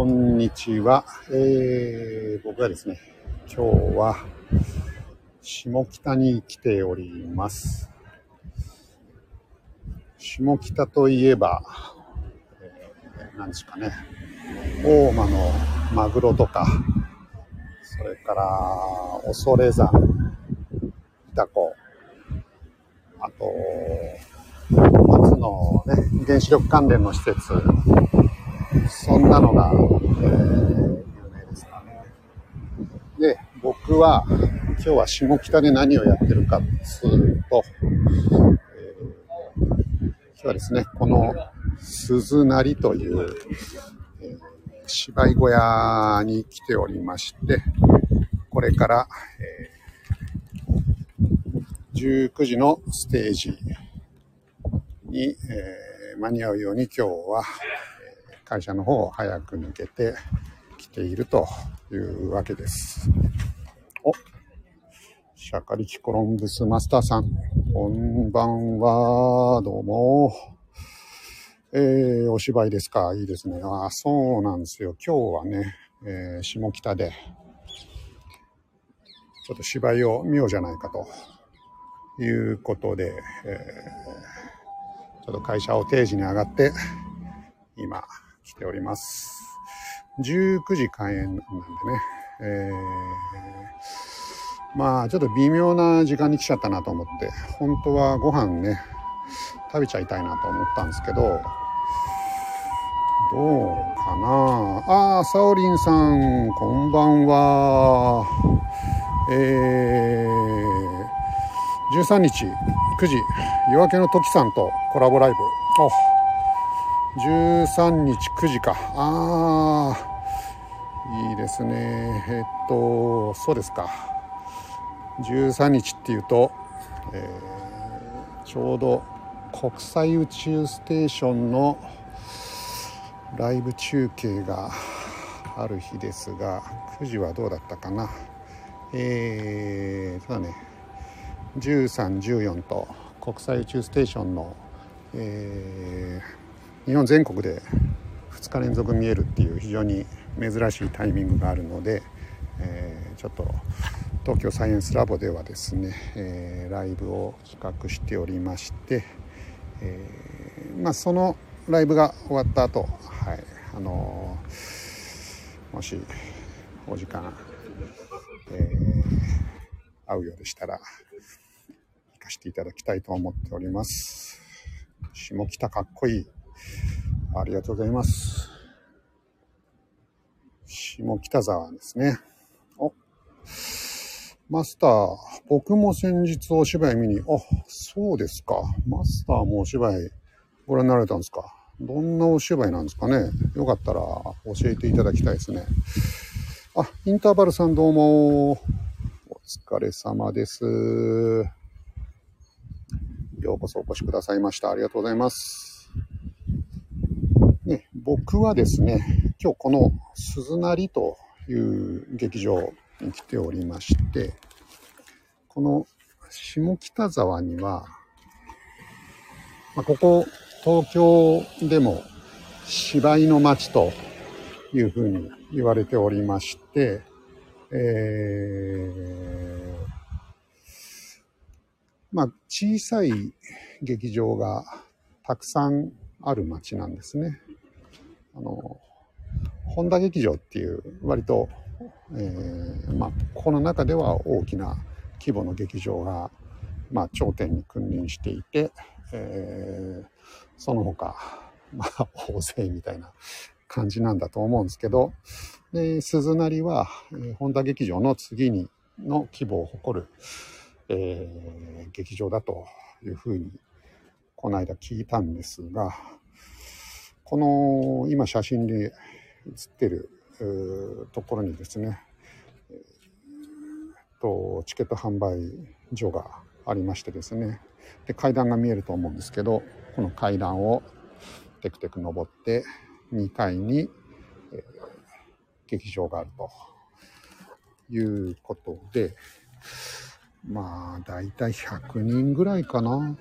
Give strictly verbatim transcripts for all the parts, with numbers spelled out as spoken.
こんにちは、えー、僕はですね、今日は下北に来ております。下北といえば、えー、何ですかね、大間のマグロとか、それから恐山、板湖、あと松のね、原子力関連の施設、そんなのが、えー、有名ですかね。で、僕は今日は下北で何をやってるかっつうと、えー、今日はですね、この鈴なりという、えー、芝居小屋に来ておりまして、これから、えー、じゅうくじのステージに、えー、間に合うように今日は会社の方を早く抜けてきているというわけです。お、シャカリキコロンブスマスターさん、こんばんは。どうも。えー、お芝居ですか。いいですね。あ、そうなんですよ。今日はね、えー、下北でちょっと芝居を見ようじゃないかということで、えー、ちょっと会社を定時に上がって今来ております。じゅうくじ開演なんでね、えー、まあちょっと微妙な時間に来ちゃったなと思って、本当はご飯ね食べちゃいたいなと思ったんですけど、どうかなあ。あ、サオリンさんこんばんは。えー、じゅうさんにちくじ、夜明けの時さんとコラボライブ。お、じゅうさんにちくじか。あー、いいですね。えっとそうですか。じゅうさんにちっていうと、えー、ちょうど国際宇宙ステーションのライブ中継がある日ですが、くじはどうだったかな。えー、ただね、じゅうさん、じゅうよんと国際宇宙ステーションの、えー、日本全国でふつか連続見えるっていう非常に珍しいタイミングがあるので、えー、ちょっと東京サイエンスラボではですね、えー、ライブを企画しておりまして、えー、まあそのライブが終わった後、はい、あのー、もしお時間、えー、合うようでしたら行かせていただきたいと思っております。下北かっこいい。ありがとうございます。下北沢ですね。お、マスター、僕も先日お芝居見に、あ、そうですか。マスターもお芝居ご覧になられたんですか。どんなお芝居なんですかね。よかったら教えていただきたいですね。あ、インターバルさんどうも。お疲れ様です。ようこそお越しくださいました。ありがとうございます。ね、僕はですね、今日この鈴なりという劇場に来ておりまして、この下北沢には、まあ、ここ東京でも芝居の街というふうに言われておりまして、えー、まあ小さい劇場がたくさんある街なんですね。あの本田劇場っていう割と、えー、まあここの中では大きな規模の劇場が、まあ、頂点に君臨していて、えー、その他、まあ、大勢みたいな感じなんだと思うんですけど、で鈴なりは、えー、本田劇場の次にの規模を誇る、えー、劇場だというふうにこの間聞いたんですが、この今写真に写ってるところにですね、えー、とチケット販売所がありましてですね、で階段が見えると思うんですけど、この階段をテクテク登ってにかいに、えー、劇場があるということで、まあだいたいひゃくにんぐらいかな。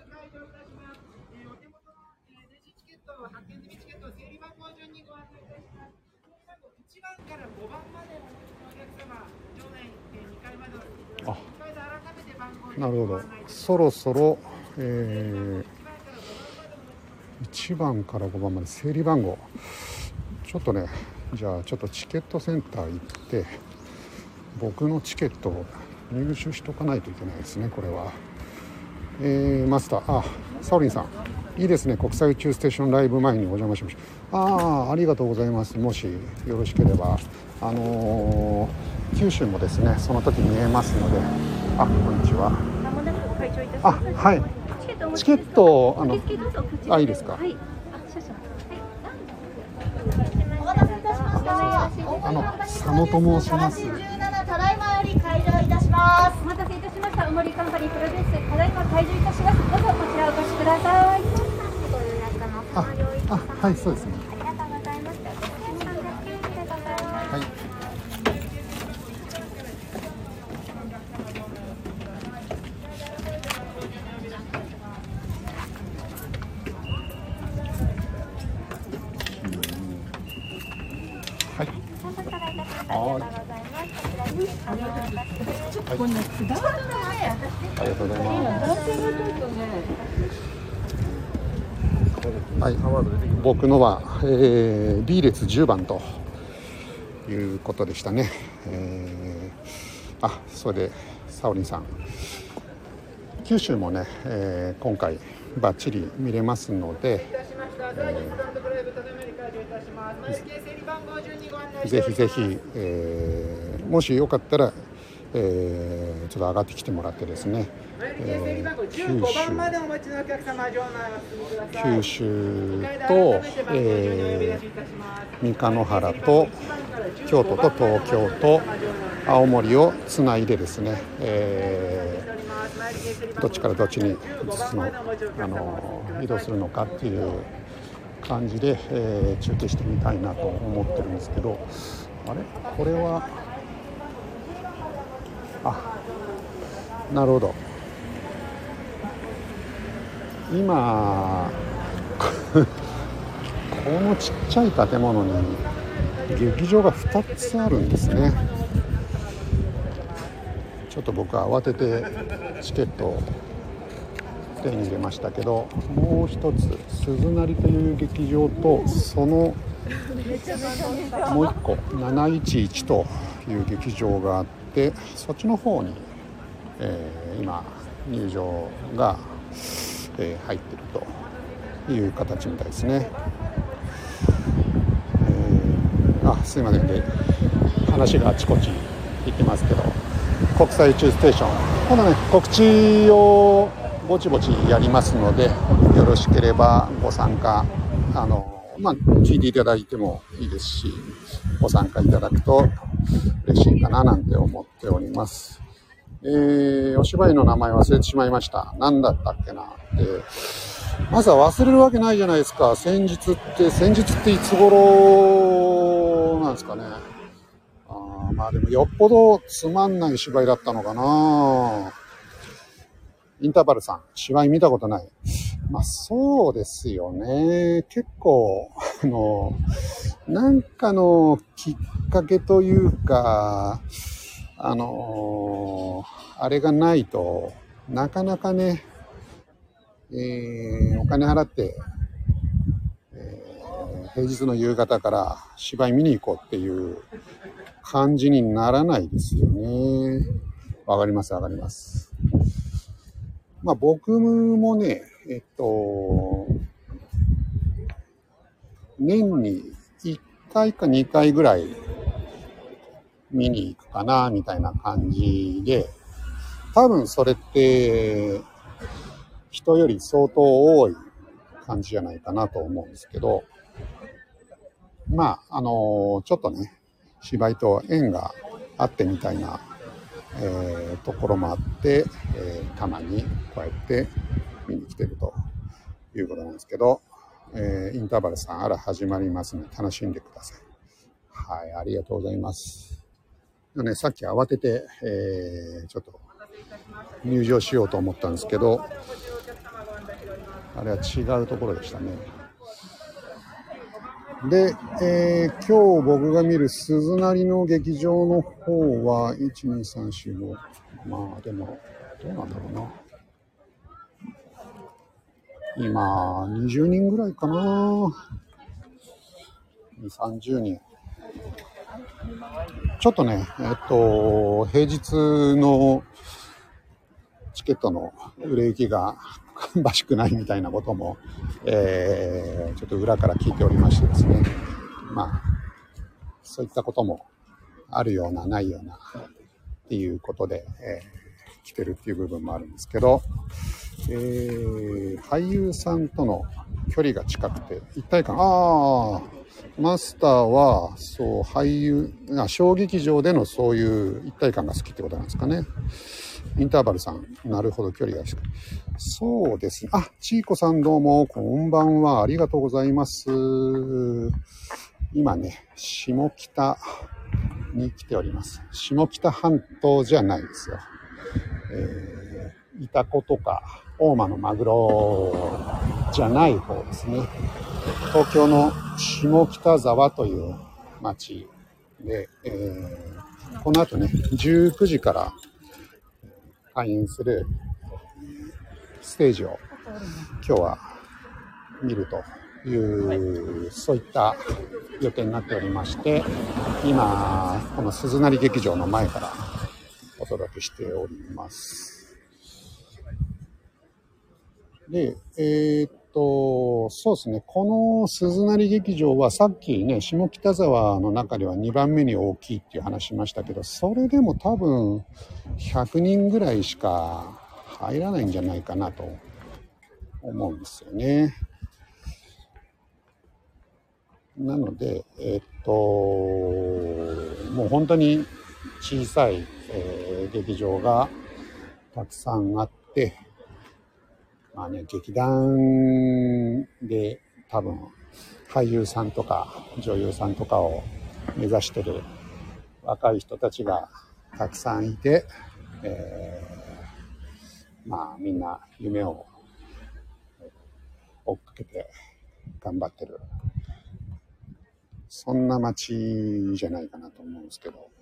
あ、なるほど。そろそろ、えー、いちばんからごばんまで整理番号ちょっとね、じゃあちょっとチケットセンター行って僕のチケットを入手しとかないといけないですね。これは、えー、マスター、あ、サオリンさん、いいですね。国際宇宙ステーションライブ前にお邪魔しました。ああ、ありがとうございます。もしよろしければ、あのー、九州もですね、その時見えますので。あ、こんにちは。あ、はい。チケット、あの、あ、いいですか。はい。あの、佐野と申します。 ただいまより開場いたします。お待たせいたしました。うもりカンパニープロデュース、ただいま開場いたします。どうぞこちらお越しください。 あ、あ、はい、そうですね。 ありがとうございました。 はい。はい。はい。ありがとうございます。はい、僕のは、えー、B 列じゅうばんということでしたね。えー、あ、それでサオリンさん、九州もね、えー、今回バッチリ見れますので、えー、ぜひぜひ、えー、もしよかったら、えー、ちょっと上がってきてもらってですね、えー、九州九州と、えー、三河原と京都と東京と青森をつないでですね、えー、どっちからどっちにそのあの移動するのかっていう感じで、えー、中継してみたいなと思ってるんですけど、あれこれはあ、なるほど。今このちっちゃい建物に劇場がふたつあるんですね。ちょっと僕は慌ててチケットを手に入れましたけど、もう一つ鈴なりという劇場と、そのもう一個なないちいちという劇場があって、そっちの方に、えー、今入場が、えー、入っているという形みたいですね。えー、あ、すいませんで話があちこち行ってますけど、国際宇宙ステーション、今度ね告知をぼちぼちやりますので、よろしければご参加、あの、まあ、聞いていただいてもいいですし、ご参加いただくと嬉しいかななんて思っております。えー、お芝居の名前忘れてしまいました。何だったっけなって。まずは忘れるわけないじゃないですか。先日って、先日っていつ頃なんですかね。あ、まあでもよっぽどつまんない芝居だったのかな。インターバルさん、芝居見たことない。まあそうですよね。結構、あの、なんかのきっかけというか、あの、あれがないとなかなかね、えー、お金払って、えー、平日の夕方から芝居見に行こうっていう感じにならないですよね。わかります、わかります。まあ僕もね、えっと、年にいっかいかにかいぐらい見に行くかな、みたいな感じで、多分それって人より相当多い感じじゃないかなと思うんですけど、まあ、あの、ちょっとね、芝居と縁があってみたいな、えー、ところもあって、えー、たまにこうやって見に来てるということなんですけど、えー、インターバルさん、あら始まりますので楽しんでください。はい、ありがとうございます。ね、さっき慌てて、えー、ちょっと入場しようと思ったんですけど、あれは違うところでしたね。 で、えー、今日僕が見る鈴なりの劇場の方は、いち、に、さん、よん、ご。まあでも、どうなんだろうな。今、にじゅうにんぐらいかな。に、さんじゅうにん。ちょっとね、えっと、平日のチケットの売れ行きが芳しくないみたいなことも、えー、ちょっと裏から聞いておりましてですね。まあ、そういったこともあるような、ないような、っていうことで、えー、来てるっていう部分もあるんですけど、えー、俳優さんとの距離が近くて一体感、ああ、マスターはそう俳優あ小劇場でのそういう一体感が好きってことなんですかね。インターバルさん、なるほど、距離が近い。そうですね。あ、ちいこさんどうもこんばんは、ありがとうございます。今ね、下北に来ております。下北半島じゃないですよ。えー、イタコとか大間のマグロじゃない方ですね。東京の下北沢という町で、えー、この後ね、じゅうくじから開演するステージを今日は見るという、そういった予定になっておりまして、今、この鈴なり劇場の前からお届けしております。で、えー、っと、そうですね、この鈴なり劇場はさっきね、下北沢の中ではにばんめに大きいっていう話しましたけど、それでも多分ひゃくにんぐらいしか入らないんじゃないかなと思うんですよね。なので、えー、っと、もう本当に小さい、えー、劇場がたくさんあって、まあね、劇団で多分俳優さんとか女優さんとかを目指してる若い人たちがたくさんいて、えー、まあみんな夢を追っかけて頑張ってる、そんな街じゃないかなと思うんですけど、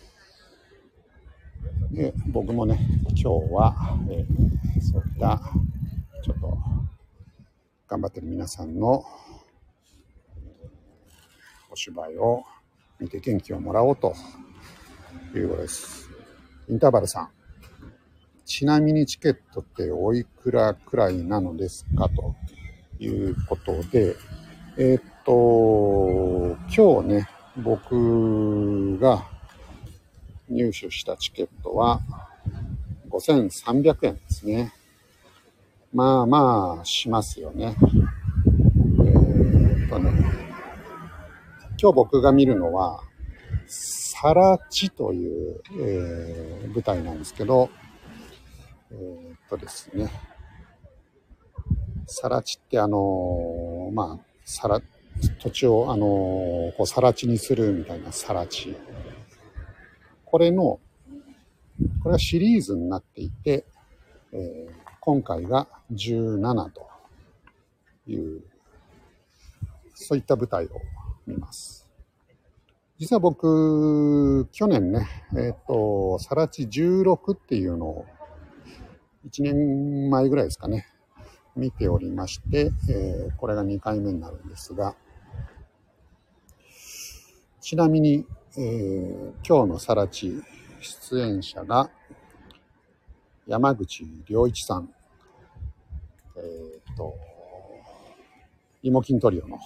で僕もね今日は、えー、そういったちょっと頑張ってる皆さんのお芝居を見て元気をもらおうということです。インターバルさん、ちなみにチケットっておいくらくらいなのですかということで、えー、っと今日ね僕が入手したチケットはごせんさんびゃくえんですね。まあまあしますよね。えー、っとね今日僕が見るのはさらちという、えー、舞台なんですけど、えー、っとですねさらちってあのー、まあさら土地をあのー、こうさら地にするみたいなさら地、これのこれがシリーズになっていて、えー、今回がじゅうななというそういった舞台を見ます。実は僕去年ねえっとさらちじゅうろくっていうのをいちねんまえぐらいですかね見ておりまして、えー、これがにかいめになるんですが、ちなみに、えー、今日のさらち出演者が山口良一さん、えー、っと芋筋トリオの、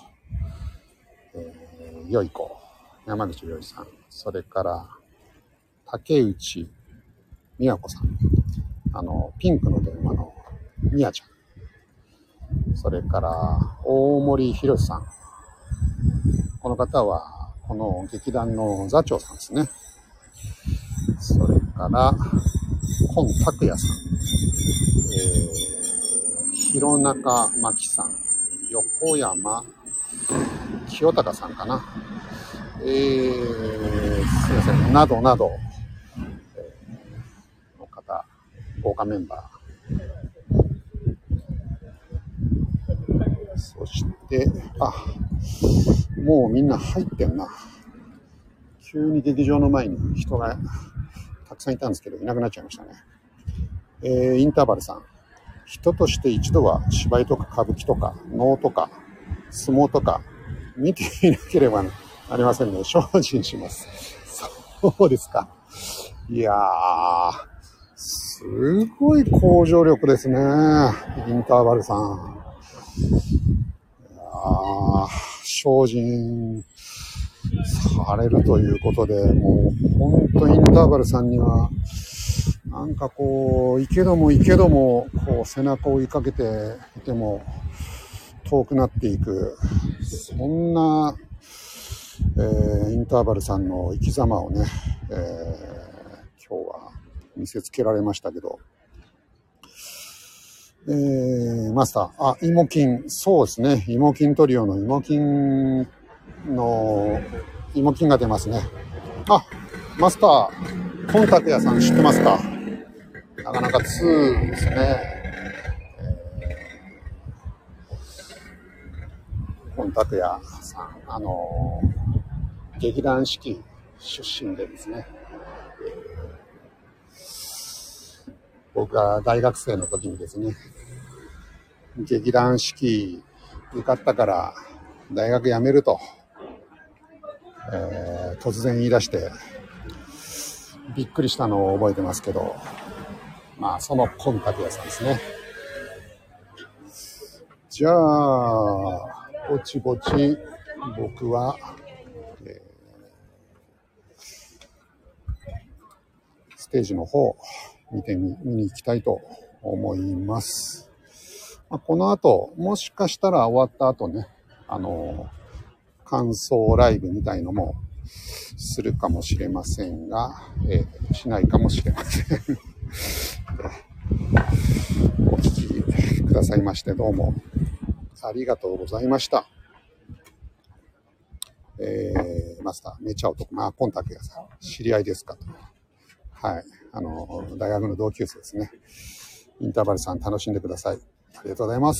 えー、良い子山口良一さん、それから竹内美和子さん、あのピンクの電話のみやちゃん、それから大森博さん、この方はこの劇団の座長さんですね。それから今拓也さん、えー、弘中真紀さん、横山清隆さんかな、えー、すいません、などなど、えー、の方、豪華メンバー。そして、あ、 もうみんな入ってんな。急に劇場の前に人がたくさんいたんですけど、いなくなっちゃいましたね。えー、インターバルさん。人として一度は芝居とか歌舞伎とか能とか相撲とか見ていなければなりませんね。精進します。そうですか。いやー、すごい向上力ですね。インターバルさん。いやー、精進されるということで、もう本当インターバルさんにはなんかこう、いけどもいけども、こう背中を追いかけていても遠くなっていく、そんな、えー、インターバルさんの生き様をね、えー、今日は見せつけられましたけど、えー、マスター、あ、イモキン、そうですね、イモキントリオのイモキンの、イモキンが出ますね。あ、マスター、コンタクヤさん知ってますか？なかなかツーですね。コンタクヤさん、あのー、劇団四季出身でですね、僕が大学生の時にですね、劇団四季受かったから大学辞めると、えー、突然言い出してびっくりしたのを覚えてますけど、まあそのコンタクヤさんですね。じゃあぼちぼち僕は、えー、ステージの方見てみ見に行きたいと思います。まあ、この後もしかしたら終わった後ね、あの感想ライブみたいのもするかもしれませんが、えー、しないかもしれません。お聞きくださいましてどうもありがとうございました。えー、マスター、めちゃ男、まあ、コンタクヤさん、知り合いですかと。はい。あの、大学の同級生ですね。インターバルさん、楽しんでください。ありがとうございます。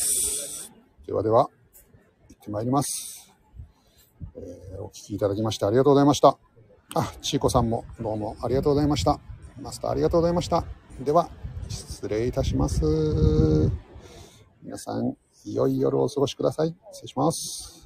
ではでは、行ってまいります。えー、お聞きいただきましてありがとうございました。あ、ちいこさんもどうもありがとうございました。マスター、ありがとうございました。では、失礼いたします。皆さん、良い夜をお過ごしください。失礼します。